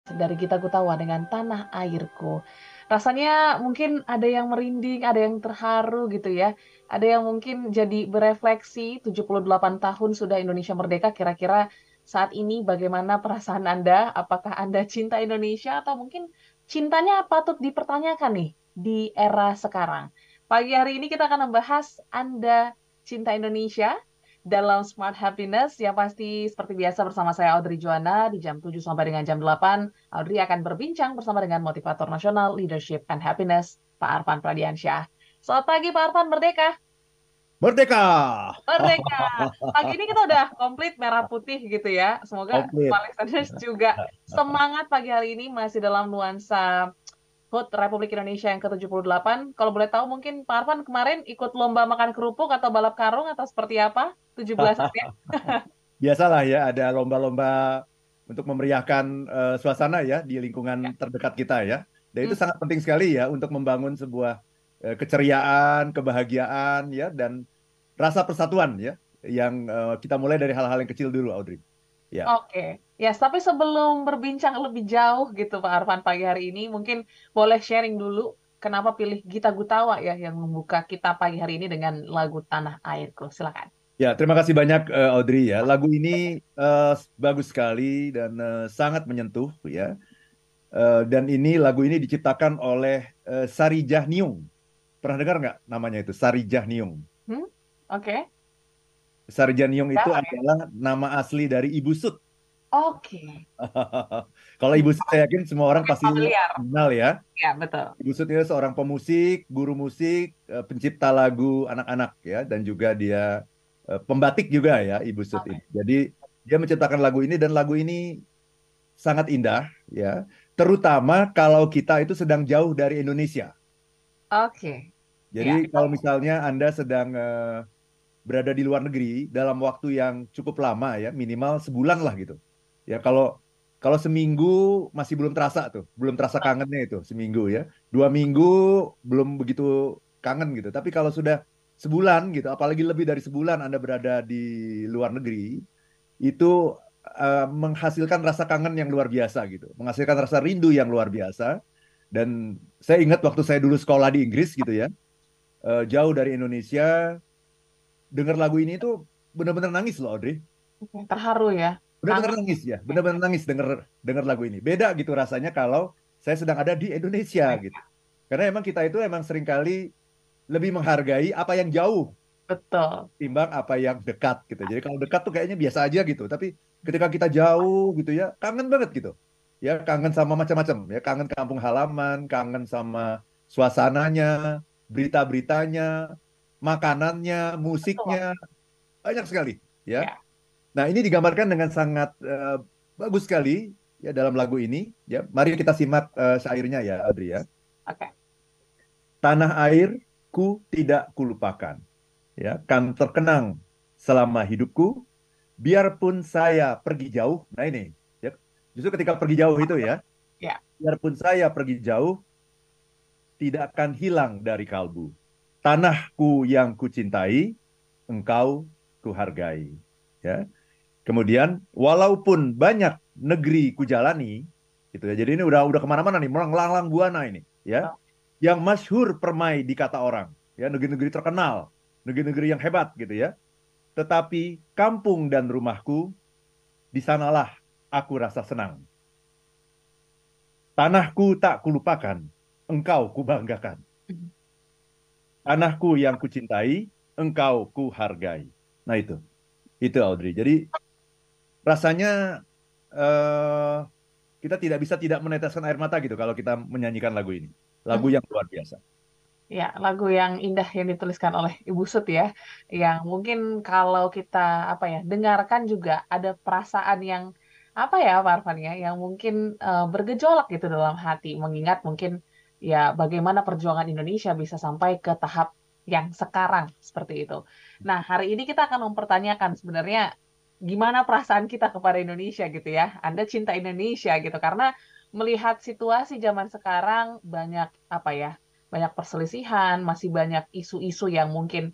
Dari Gita Gutawa dengan Tanah Airku. Rasanya mungkin ada yang merinding, ada yang terharu gitu ya. Ada yang mungkin jadi berefleksi 78 tahun sudah Indonesia merdeka. Kira-kira saat ini bagaimana perasaan Anda? Apakah Anda cinta Indonesia atau mungkin cintanya patut dipertanyakan nih di era sekarang? Pagi hari ini kita akan membahas Anda cinta Indonesia dalam Smart Happiness yang pasti seperti biasa bersama saya Audrey Juana di jam 7 sampai dengan jam 8. Audrey akan berbincang bersama dengan motivator nasional Leadership and Happiness, Pak Arfan Pradiansyah. Selamat pagi Pak Arfan, Merdeka! Merdeka! Merdeka! Pagi ini kita udah komplit merah putih gitu ya. Semoga Komplit. Pak listeners juga semangat pagi hari ini masih dalam nuansa HUT Republik Indonesia yang ke-78. Kalau boleh tahu mungkin Pak Arfan kemarin ikut lomba makan kerupuk atau balap karung atau seperti apa? 17-an ya? Biasalah ya, ada lomba-lomba untuk memeriahkan suasana ya di lingkungan terdekat kita ya. Dan Hmm, itu sangat penting sekali ya untuk membangun sebuah keceriaan, kebahagiaan ya, dan rasa persatuan ya, yang kita mulai dari hal-hal yang kecil dulu, Audrey. Ya. Oke, ya, tapi sebelum berbincang lebih jauh gitu Pak Arfan pagi hari ini, mungkin boleh sharing dulu kenapa pilih Gita Gutawa ya yang membuka kita pagi hari ini dengan lagu Tanah Airku. Silakan. Ya, terima kasih banyak Audrey ya. Lagu ini eh, bagus sekali dan sangat menyentuh ya. Dan ini lagu ini diciptakan oleh Sari Jahniung. Pernah dengar nggak namanya itu? Sari Jahniung. Hmm? Oke. Sari Jahniung itu Dalam ya? adalah nama asli dari Ibu Sut. Oke. Kalau Ibu Sut saya yakin semua orang Oke, pasti familiar. kenal ya. Ya, betul. Ibu Sut itu seorang pemusik, guru musik, pencipta lagu anak-anak ya, dan juga dia pembatik juga ya Ibu Sut ini. Oke. Jadi dia menciptakan lagu ini dan lagu ini sangat indah ya, terutama kalau kita itu sedang jauh dari Indonesia. Oke. Jadi Ya. kalau misalnya Anda sedang berada di luar negeri dalam waktu yang cukup lama ya, minimal sebulan lah gitu. Ya kalau kalau seminggu masih belum terasa tuh, belum terasa kangennya itu seminggu ya. 2 minggu belum begitu kangen gitu. Tapi kalau sudah sebulan gitu, apalagi lebih dari sebulan Anda berada di luar negeri, itu menghasilkan rasa kangen yang luar biasa gitu, menghasilkan rasa rindu yang luar biasa. Dan saya ingat waktu saya dulu sekolah di Inggris gitu ya, jauh dari Indonesia, dengar lagu ini tuh benar-benar nangis loh, Audrey. Oke, terharu ya. Benar-benar Kangen. nangis ya, benar-benar nangis denger denger lagu ini. Beda gitu rasanya kalau saya sedang ada di Indonesia gitu. Karena emang kita itu emang seringkali lebih menghargai apa yang jauh Betul. timbang apa yang dekat gitu. Jadi kalau dekat tuh kayaknya biasa aja gitu, tapi ketika kita jauh gitu ya, kangen banget gitu. Ya kangen sama macam-macam ya, kangen kampung halaman, kangen sama suasananya, berita-beritanya, makanannya, musiknya, Betul. banyak sekali ya. Ya. Nah, ini digambarkan dengan sangat bagus sekali ya dalam lagu ini. Ya, mari kita simak syairnya ya, Adri ya. Oke. Tanah airku tidak kulupakan, ya, kan terkenang selama hidupku, biarpun saya pergi jauh. Nah ini, ya, justru ketika pergi jauh itu ya, Ya. biarpun saya pergi jauh, tidak akan hilang dari kalbu. Tanahku yang kucintai, engkau kuhargai. Ya. Kemudian, walaupun banyak negeri kujalani, gitu ya. Jadi ini udah kemana-mana nih, melanglang buana ini, ya. Betul. Yang masyhur permai di kata orang, ya, negeri-negeri terkenal, negeri-negeri yang hebat, gitu ya. Tetapi kampung dan rumahku, di sanalah aku rasa senang. Tanahku tak kulupakan, engkau kubanggakan. Tanahku yang kucintai, engkau kuhargai. Nah itu Audrey. Jadi rasanya eh, kita tidak bisa tidak meneteskan air mata gitu kalau kita menyanyikan lagu ini. Lagu Mhm. yang luar biasa. Ya, lagu yang indah yang dituliskan oleh Ibu Sut ya, yang mungkin kalau kita apa ya dengarkan juga ada perasaan yang apa ya Pak Arfan ya, yang mungkin bergejolak gitu dalam hati, mengingat mungkin ya bagaimana perjuangan Indonesia bisa sampai ke tahap yang sekarang seperti itu. Nah, hari ini kita akan mempertanyakan sebenarnya gimana perasaan kita kepada Indonesia gitu ya. Anda cinta Indonesia gitu karena melihat situasi zaman sekarang banyak apa ya banyak perselisihan, masih banyak isu-isu yang mungkin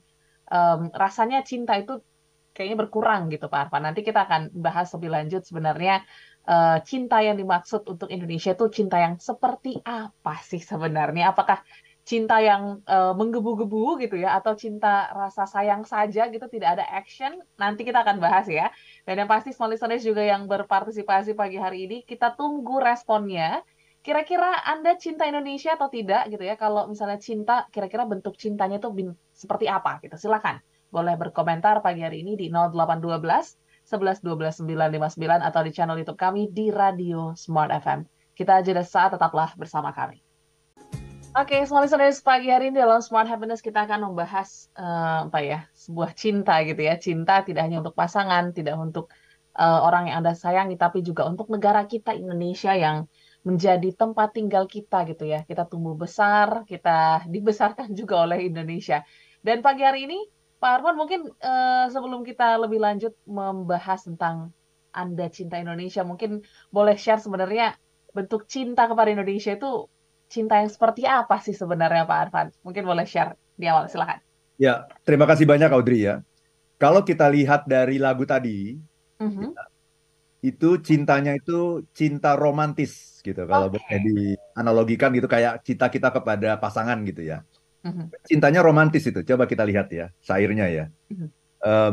rasanya cinta itu kayaknya berkurang gitu Pak Arfan. Nanti kita akan bahas lebih lanjut sebenarnya cinta yang dimaksud untuk Indonesia itu cinta yang seperti apa sih sebenarnya? Apakah cinta yang menggebu-gebu gitu ya, atau cinta rasa sayang saja gitu, tidak ada action? Nanti kita akan bahas ya. Dan yang pasti small listeners juga yang berpartisipasi pagi hari ini, kita tunggu responnya. Kira-kira Anda cinta Indonesia atau tidak gitu ya? Kalau misalnya cinta, kira-kira bentuk cintanya itu seperti apa gitu? Silakan. Boleh berkomentar pagi hari ini di 0812 11 12 959 atau di channel YouTube kami di Radio Smart FM. Kita jeda saat, tetaplah bersama kami. Oke, semua listeners, pagi hari ini dalam Smart Happiness kita akan membahas apa ya, sebuah cinta gitu ya. Cinta tidak hanya untuk pasangan, tidak untuk orang yang Anda sayangi, tapi juga untuk negara kita Indonesia yang menjadi tempat tinggal kita gitu ya. Kita tumbuh besar, kita dibesarkan juga oleh Indonesia. Dan pagi hari ini, Pak Arfan, mungkin sebelum kita lebih lanjut membahas tentang Anda cinta Indonesia, mungkin boleh share sebenarnya bentuk cinta kepada Indonesia itu cinta yang seperti apa sih sebenarnya Pak Arfan? Mungkin boleh share di awal, silakan. Ya, terima kasih banyak Audrey ya. Kalau kita lihat dari lagu tadi, Mhm. itu cintanya itu cinta romantis gitu. Kalau boleh Oke. dianalogikan gitu kayak cinta kita kepada pasangan gitu ya. Mhm. Cintanya romantis itu. Coba kita lihat ya, syairnya ya. Mhm. Em,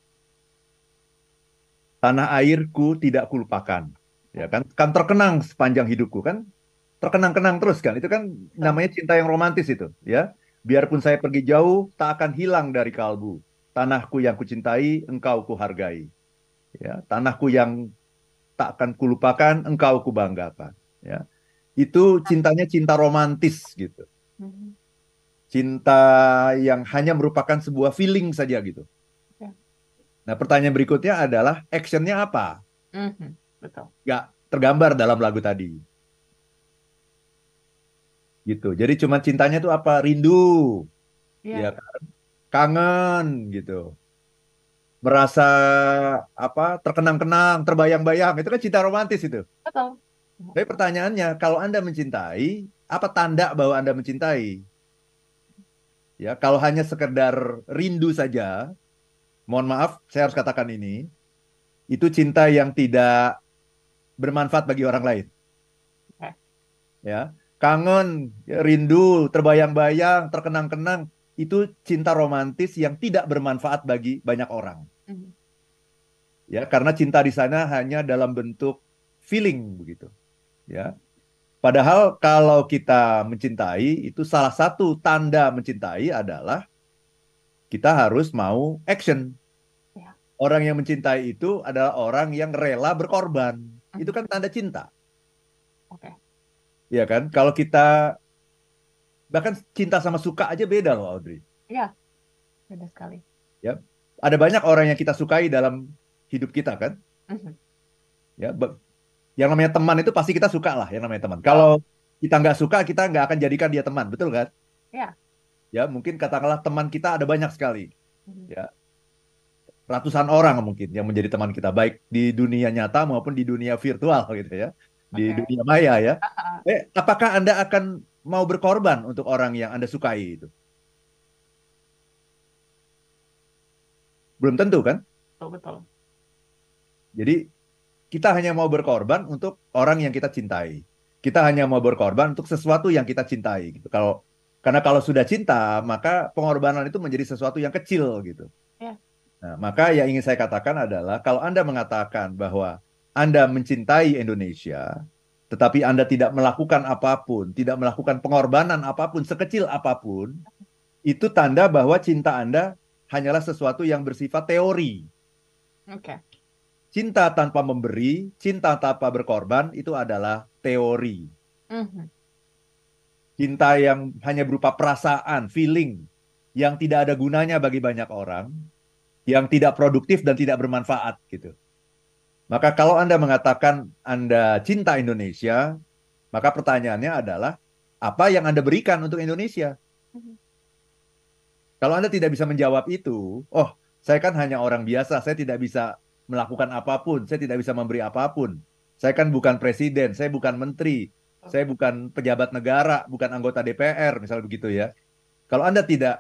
Tanah airku tidak kulupakan. Ya kan, kan terkenang sepanjang hidupku kan, terkenang-kenang terus kan. Itu kan Betul. namanya cinta yang romantis itu, ya. Biarpun saya pergi jauh, tak akan hilang dari kalbu. Tanahku yang kucintai, engkau kuhargai. Ya, tanahku yang tak akan kulupakan, engkau kubanggakan. Ya, itu cintanya cinta romantis gitu. Mhm. Cinta yang hanya merupakan sebuah feeling saja gitu. Oke. Nah, pertanyaan berikutnya adalah actionnya apa? Mhm. Betul. Gak tergambar dalam lagu tadi. Gitu. Jadi cuma cintanya itu apa? Rindu, ya Iya, kan? Kangen gitu. Merasa apa? Terkenang-kenang, terbayang-bayang. Itu kan cinta romantis itu. betul. Tapi pertanyaannya, kalau Anda mencintai, apa tanda bahwa Anda mencintai? Ya, kalau hanya sekedar rindu saja, mohon maaf, saya harus katakan ini, itu cinta yang tidak bermanfaat bagi orang lain. Oke. Ya, kangen, ya, rindu, terbayang-bayang, terkenang-kenang, itu cinta romantis yang tidak bermanfaat bagi banyak orang. Mhm. Ya, karena cinta di sana hanya dalam bentuk feeling begitu. Ya, padahal kalau kita mencintai, itu salah satu tanda mencintai adalah kita harus mau action. Ya. Orang yang mencintai itu adalah orang yang rela berkorban. Itu Mhm. kan tanda cinta. Oke. Ya kan? Kalau kita bahkan cinta sama suka aja beda loh, Audrey. Iya, beda sekali. Ya, ada banyak orang yang kita sukai dalam hidup kita kan. Mhm. Ya, yang namanya teman itu pasti kita suka lah, yang namanya teman. Kalau Betul. kita nggak suka, kita nggak akan jadikan dia teman, betul kan? Ya. Ya, mungkin katakanlah teman kita ada banyak sekali. Mhm. Ya, ratusan orang mungkin yang menjadi teman kita, baik di dunia nyata maupun di dunia virtual gitu ya, di Oke. dunia maya ya. Ah, Apakah Anda akan mau berkorban untuk orang yang Anda sukai itu? Belum tentu kan? betul, betul. Jadi kita hanya mau berkorban untuk orang yang kita cintai. Kita hanya mau berkorban untuk sesuatu yang kita cintai gitu. Karena kalau sudah cinta, maka pengorbanan itu menjadi sesuatu yang kecil gitu. Ya. Nah, maka yang ingin saya katakan adalah kalau Anda mengatakan bahwa Anda mencintai Indonesia, tetapi Anda tidak melakukan apapun, tidak melakukan pengorbanan apapun, sekecil apapun, itu tanda bahwa cinta Anda hanyalah sesuatu yang bersifat teori. Oke. Cinta tanpa memberi, cinta tanpa berkorban, itu adalah teori. Mhm. Cinta yang hanya berupa perasaan, feeling, yang tidak ada gunanya bagi banyak orang, yang tidak produktif dan tidak bermanfaat gitu. Maka kalau Anda mengatakan Anda cinta Indonesia, maka pertanyaannya adalah apa yang Anda berikan untuk Indonesia? Mhm. Kalau Anda tidak bisa menjawab itu, oh, saya kan hanya orang biasa, saya tidak bisa melakukan apapun, saya tidak bisa memberi apapun. Saya kan bukan presiden, saya bukan menteri, Betul. saya bukan pejabat negara, bukan anggota DPR, misalnya begitu ya. Kalau Anda tidak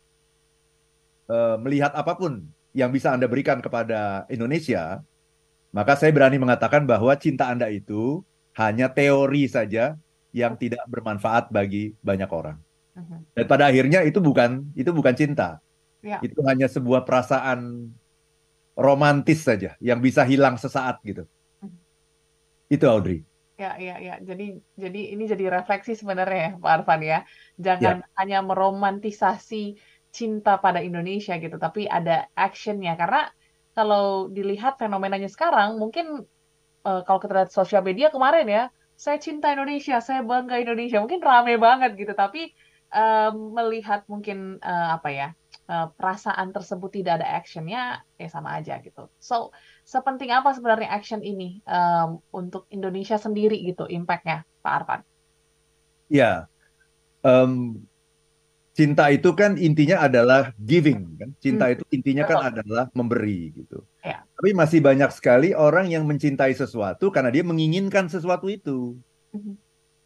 melihat apapun yang bisa Anda berikan kepada Indonesia, Maka saya berani mengatakan bahwa cinta Anda itu hanya teori saja yang tidak bermanfaat bagi banyak orang. Mhm. Dan pada akhirnya itu bukan cinta. Ya. Itu hanya sebuah perasaan romantis saja yang bisa hilang sesaat gitu. Mhm. Itu Audrey. Ya, ya, ya. Jadi ini jadi refleksi sebenarnya ya, Pak Arfan ya. Jangan Ya, hanya meromantisasi cinta pada Indonesia gitu, tapi ada actionnya. Karena kalau dilihat fenomenanya sekarang, mungkin kalau kita lihat sosial media kemarin ya, saya cinta Indonesia, saya bangga Indonesia, mungkin rame banget gitu. Tapi melihat mungkin apa ya, perasaan tersebut tidak ada actionnya, ya sama aja gitu. So, sepenting apa sebenarnya action ini untuk Indonesia sendiri gitu, impact-nya, Pak Arfan? ya. Em, cinta itu kan intinya adalah giving kan. Cinta Hmm, itu intinya kan betul. adalah memberi gitu. Ya. Tapi masih banyak sekali orang yang mencintai sesuatu karena dia menginginkan sesuatu itu. Mhm.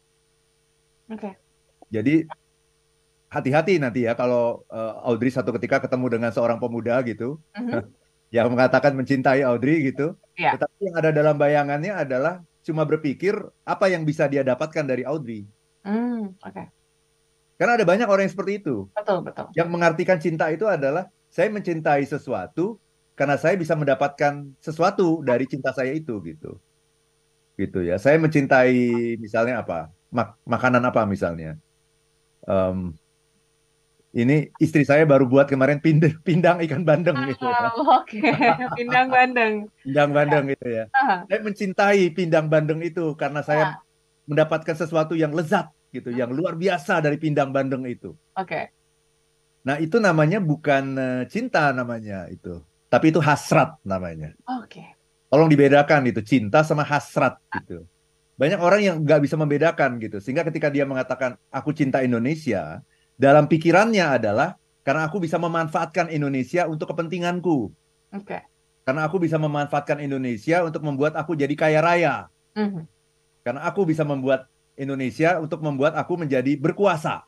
Oke. Jadi hati-hati nanti ya kalau Audrey satu ketika ketemu dengan seorang pemuda gitu Mhm. yang mengatakan mencintai Audrey gitu, Ya. tetapi yang ada dalam bayangannya adalah cuma berpikir apa yang bisa dia dapatkan dari Audrey. Oke. Karena ada banyak orang yang seperti itu, Betul, betul. yang mengartikan cinta itu adalah saya mencintai sesuatu karena saya bisa mendapatkan sesuatu dari cinta saya itu gitu. Gitu ya. Saya mencintai misalnya apa? Makanan apa misalnya? Em, ini istri saya baru buat kemarin pindang, pindang ikan bandeng gitu ya. Oke. Pindang bandeng. Pindang Ya. bandeng gitu ya. Aha. Saya mencintai pindang bandeng itu karena saya Ya. mendapatkan sesuatu yang lezat gitu, yang luar biasa dari pindang bandeng itu. Oke. Nah, itu namanya bukan cinta namanya itu. Tapi itu hasrat namanya. Oke. Tolong dibedakan itu, cinta sama hasrat gitu. Banyak orang yang nggak bisa membedakan gitu. Sehingga ketika dia mengatakan, aku cinta Indonesia, dalam pikirannya adalah, karena aku bisa memanfaatkan Indonesia untuk kepentinganku. Oke. Karena aku bisa memanfaatkan Indonesia untuk membuat aku jadi kaya raya. Mhm. Karena aku bisa membuat Indonesia untuk membuat aku menjadi berkuasa.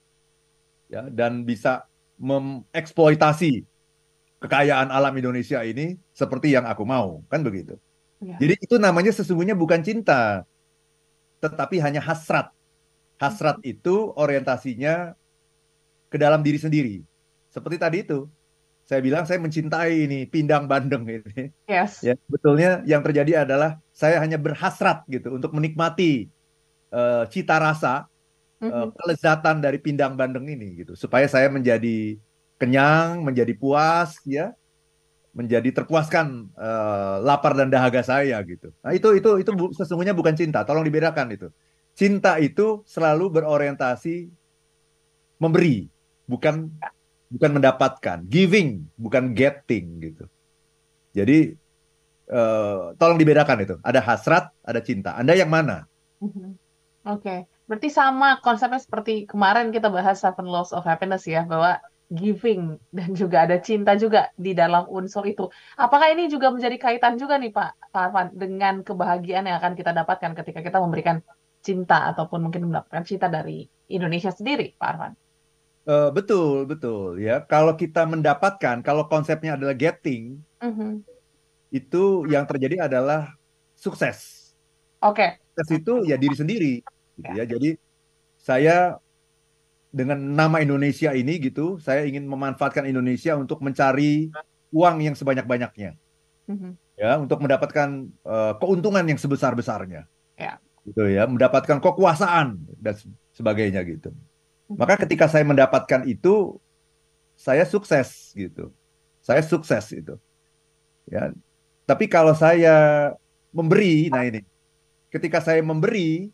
Ya, dan bisa mengeksploitasi kekayaan alam Indonesia ini seperti yang aku mau. Kan begitu. Ya. Jadi itu namanya sesungguhnya bukan cinta, tetapi hanya hasrat. Hasrat itu orientasinya ke dalam diri sendiri. Seperti tadi itu, saya bilang saya mencintai ini pindang bandeng ini. Yes. Ya, betulnya yang terjadi adalah saya hanya berhasrat gitu untuk menikmati cita rasa, Mhm. kelezatan dari pindang bandeng ini gitu, supaya saya menjadi kenyang, menjadi puas, ya, menjadi terpuaskan lapar dan dahaga saya gitu. Nah, itu sesungguhnya bukan cinta. Tolong dibedakan itu. Cinta itu selalu berorientasi memberi, bukan bukan mendapatkan, giving, bukan getting gitu. Jadi tolong dibedakan itu. Ada hasrat, ada cinta. Anda yang mana? Mhm. Oke, berarti sama konsepnya seperti kemarin kita bahas Seven Laws of Happiness ya, bahwa giving dan juga ada cinta juga di dalam unsur itu. Apakah ini juga menjadi kaitan juga nih Pak Arfan dengan kebahagiaan yang akan kita dapatkan ketika kita memberikan cinta ataupun mungkin mendapatkan cinta dari Indonesia sendiri, Pak Arfan? Betul, betul ya. Kalau kita mendapatkan, kalau konsepnya adalah getting, Mhm. itu yang terjadi adalah sukses. Oke. Sukses itu ya diri sendiri, gitu Ya. ya. Jadi saya dengan nama Indonesia ini gitu, saya ingin memanfaatkan Indonesia untuk mencari uang yang sebanyak-banyaknya, Mhm. ya, untuk mendapatkan keuntungan yang sebesar-besarnya, Ya. gitu ya, mendapatkan kekuasaan dan sebagainya gitu. Mhm. Maka ketika saya mendapatkan itu, saya sukses gitu. Saya sukses itu, ya. Tapi kalau saya memberi, nah ini, ketika saya memberi,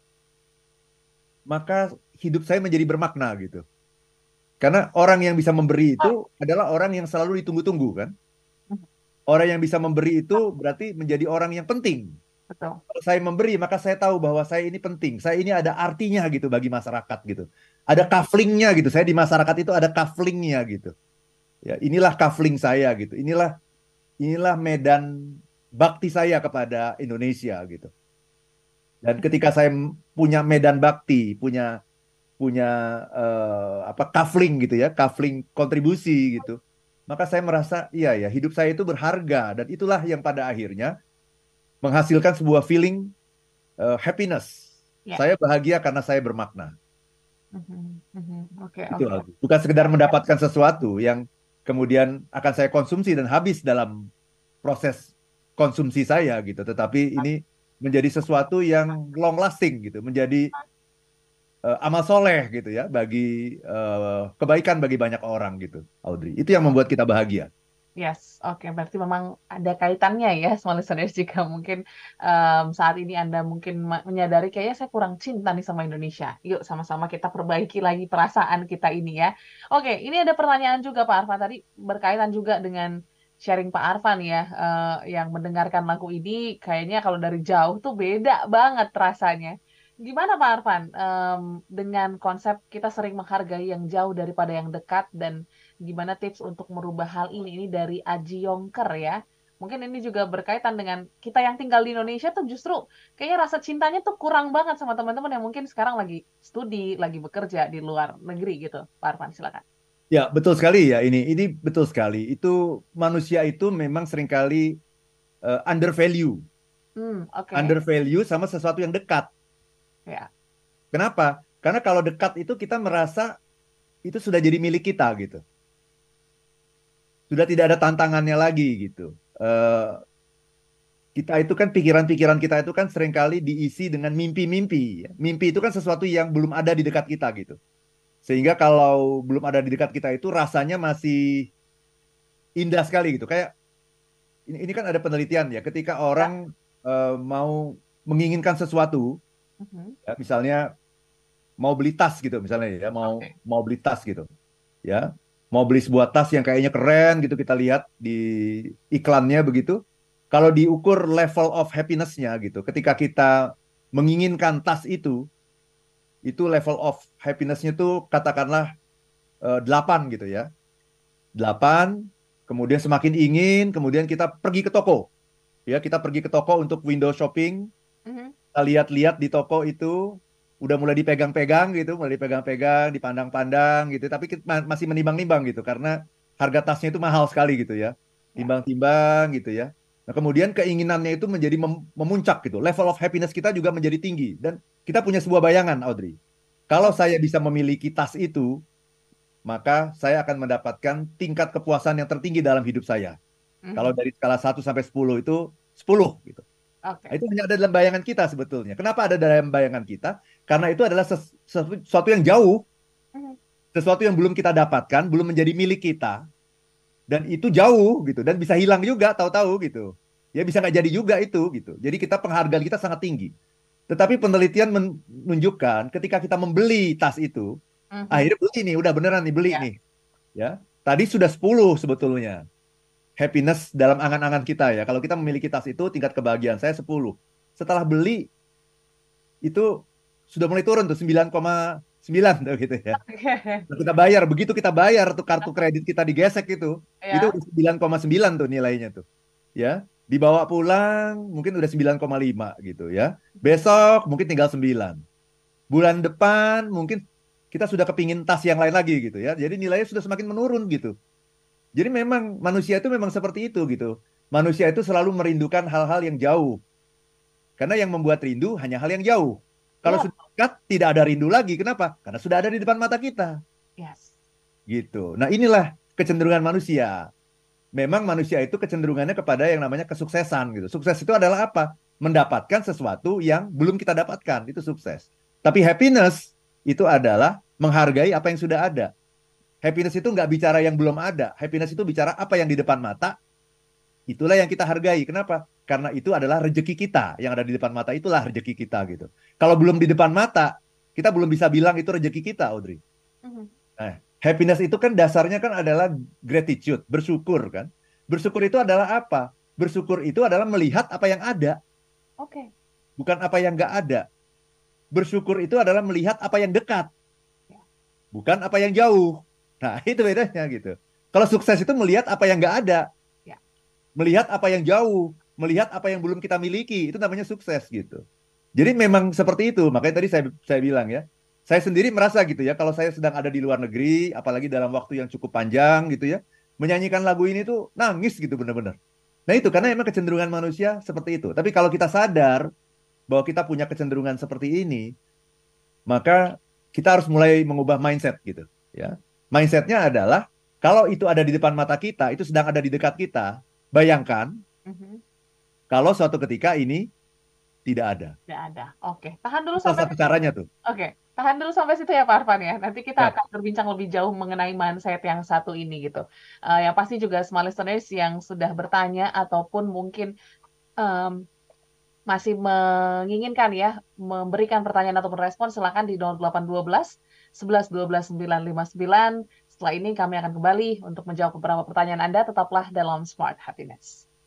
maka hidup saya menjadi bermakna gitu. Karena orang yang bisa memberi itu adalah orang yang selalu ditunggu-tunggu kan. Mhm. Orang yang bisa memberi itu berarti menjadi orang yang penting. Betul. Kalau saya memberi, maka saya tahu bahwa saya ini penting. Saya ini ada artinya gitu bagi masyarakat gitu. Ada kaflingnya gitu. Saya di masyarakat itu ada kaflingnya gitu. Ya, inilah kafling saya gitu. Inilah medan bakti saya kepada Indonesia gitu. Dan ketika saya punya medan bakti, punya punya apa kafling gitu ya, kafling kontribusi gitu. Maka saya merasa iya ya, hidup saya itu berharga dan itulah yang pada akhirnya menghasilkan sebuah feeling happiness. Ya. Saya bahagia karena saya bermakna. Oke, Itu oke. Aldi. Bukan sekedar mendapatkan sesuatu yang kemudian akan saya konsumsi dan habis dalam proses konsumsi saya gitu, tetapi ini menjadi sesuatu yang long lasting gitu, menjadi amal soleh gitu ya bagi kebaikan bagi banyak orang gitu, Audrey. Itu yang membuat kita bahagia. Yes, oke. Berarti memang ada kaitannya ya, sama listeners, jika mungkin saat ini Anda mungkin menyadari kayaknya saya kurang cinta nih sama Indonesia. Yuk sama-sama kita perbaiki lagi perasaan kita ini ya. Oke, ini ada pertanyaan juga Pak Arfan tadi berkaitan juga dengan sharing Pak Arfan ya, yang mendengarkan lagu ini kayaknya kalau dari jauh tuh beda banget rasanya. Gimana Pak Arfan, dengan konsep kita sering menghargai yang jauh daripada yang dekat, dan gimana tips untuk merubah hal ini? Ini dari Aji Yongker ya. Mungkin ini juga berkaitan dengan kita yang tinggal di Indonesia tuh justru kayaknya rasa cintanya tuh kurang banget sama teman-teman yang mungkin sekarang lagi studi, lagi bekerja di luar negeri gitu. Pak Arfan, silakan. Ya, betul sekali ya ini. Ini betul sekali. Itu manusia itu memang seringkali undervalue, Oke. undervalue sama sesuatu yang dekat. Ya. Kenapa? Karena kalau dekat itu kita merasa itu sudah jadi milik kita gitu. Sudah tidak ada tantangannya lagi gitu. Kita itu kan pikiran-pikiran kita itu kan seringkali diisi dengan mimpi-mimpi, ya. Mimpi itu kan sesuatu yang belum ada di dekat kita gitu. Sehingga kalau belum ada di dekat kita itu rasanya masih indah sekali gitu. Kayak ini kan ada penelitian ya, ketika Ya. orang mau menginginkan sesuatu, Mhm. ya, misalnya mau beli tas gitu, misalnya ya, mau Oke. mau beli tas gitu, ya, mau beli sebuah tas yang kayaknya keren gitu kita lihat di iklannya begitu. Kalau diukur level of happiness-nya gitu, ketika kita menginginkan tas itu level of happiness-nya tuh katakanlah 8 gitu ya. 8, kemudian semakin ingin, kemudian kita pergi ke toko. Ya, kita pergi ke toko untuk window shopping, Mhm. kita lihat-lihat di toko itu udah mulai dipegang-pegang gitu, mulai dipegang-pegang, dipandang-pandang gitu, tapi kita masih menimbang-nimbang gitu karena harga tasnya itu mahal sekali gitu ya. Ya. Timbang-timbang gitu ya. Nah, kemudian keinginannya itu menjadi memuncak gitu. Level of happiness kita juga menjadi tinggi dan kita punya sebuah bayangan, Audrey. Kalau Oke. saya bisa memiliki tas itu, maka saya akan mendapatkan tingkat kepuasan yang tertinggi dalam hidup saya. Kalau Mhm. dari skala 1 sampai 10 itu 10 gitu. Nah, Oke. itu hanya ada dalam bayangan kita sebetulnya. Kenapa ada dalam bayangan kita? Karena itu adalah sesuatu yang jauh, Mhm. sesuatu yang belum kita dapatkan, belum menjadi milik kita, dan itu jauh gitu, dan bisa hilang juga tahu-tahu gitu. Ya bisa nggak jadi juga itu gitu. Jadi kita penghargaan kita sangat tinggi. Tetapi penelitian menunjukkan ketika kita membeli tas itu, Mhm. akhirnya beli nih, udah beneran nih beli Ya. nih. Ya, tadi sudah 10 sebetulnya happiness dalam angan-angan kita ya. Kalau kita memiliki tas itu tingkat kebahagiaan saya 10. Setelah beli itu sudah mulai turun tuh 9,9 tuh gitu ya. Oke. Nah, kita bayar, begitu kita bayar tuh kartu kredit kita digesek itu Ya. udah 9,9 tuh nilainya tuh. Ya, dibawa pulang mungkin udah 9,5 gitu ya. Besok mungkin tinggal 9. Bulan depan mungkin kita sudah kepingin tas yang lain lagi gitu ya. Jadi nilainya sudah semakin menurun gitu. Jadi memang manusia itu memang seperti itu gitu. Manusia itu selalu merindukan hal-hal yang jauh. Karena yang membuat rindu hanya hal yang jauh. Kalau Ya. sudah dekat, tidak ada rindu lagi. Kenapa? Karena sudah ada di depan mata kita. Yes. Gitu. Nah inilah kecenderungan manusia. Memang manusia itu kecenderungannya kepada yang namanya kesuksesan gitu. Sukses itu adalah apa? Mendapatkan sesuatu yang belum kita dapatkan. Itu sukses. Tapi happiness itu adalah menghargai apa yang sudah ada. Happiness itu nggak bicara yang belum ada. Happiness itu bicara apa yang di depan mata. Itulah yang kita hargai. Kenapa? Karena itu adalah rezeki kita. Yang ada di depan mata itulah rezeki kita gitu. Kalau belum di depan mata, kita belum bisa bilang itu rezeki kita, Audrey. Mhm. Nah, happiness itu kan dasarnya kan adalah gratitude, bersyukur kan. Bersyukur itu adalah apa? Bersyukur itu adalah melihat apa yang ada, Oke. bukan apa yang nggak ada. Bersyukur itu adalah melihat apa yang dekat, Ya. bukan apa yang jauh. Nah, itu bedanya gitu. Kalau sukses itu melihat apa yang nggak ada, Ya. melihat apa yang jauh, melihat apa yang belum kita miliki, itu namanya sukses gitu. Jadi memang seperti itu. Makanya tadi saya bilang ya, saya sendiri merasa gitu ya, kalau saya sedang ada di luar negeri, apalagi dalam waktu yang cukup panjang gitu ya, menyanyikan lagu ini tuh nangis gitu bener-bener. Nah itu karena emang kecenderungan manusia seperti itu. Tapi kalau kita sadar bahwa kita punya kecenderungan seperti ini, maka kita harus mulai mengubah mindset gitu. Ya, mindsetnya adalah kalau itu ada di depan mata kita, itu sedang ada di dekat kita. Bayangkan Mhm. kalau suatu ketika ini tidak ada. Nggak ada. Oke, tahan dulu Itu salah sampai satu situ. caranya tuh. Oke, tahan dulu sampai situ ya Pak Arfan ya. Nanti kita Ya, akan berbincang lebih jauh mengenai mindset yang satu ini gitu. Yang pasti juga semua listeners yang sudah bertanya ataupun mungkin em, masih menginginkan ya memberikan pertanyaan atau respon silakan di 0812 11 12 959. Setelah ini kami akan kembali untuk menjawab beberapa pertanyaan Anda. Tetaplah dalam Smart Happiness.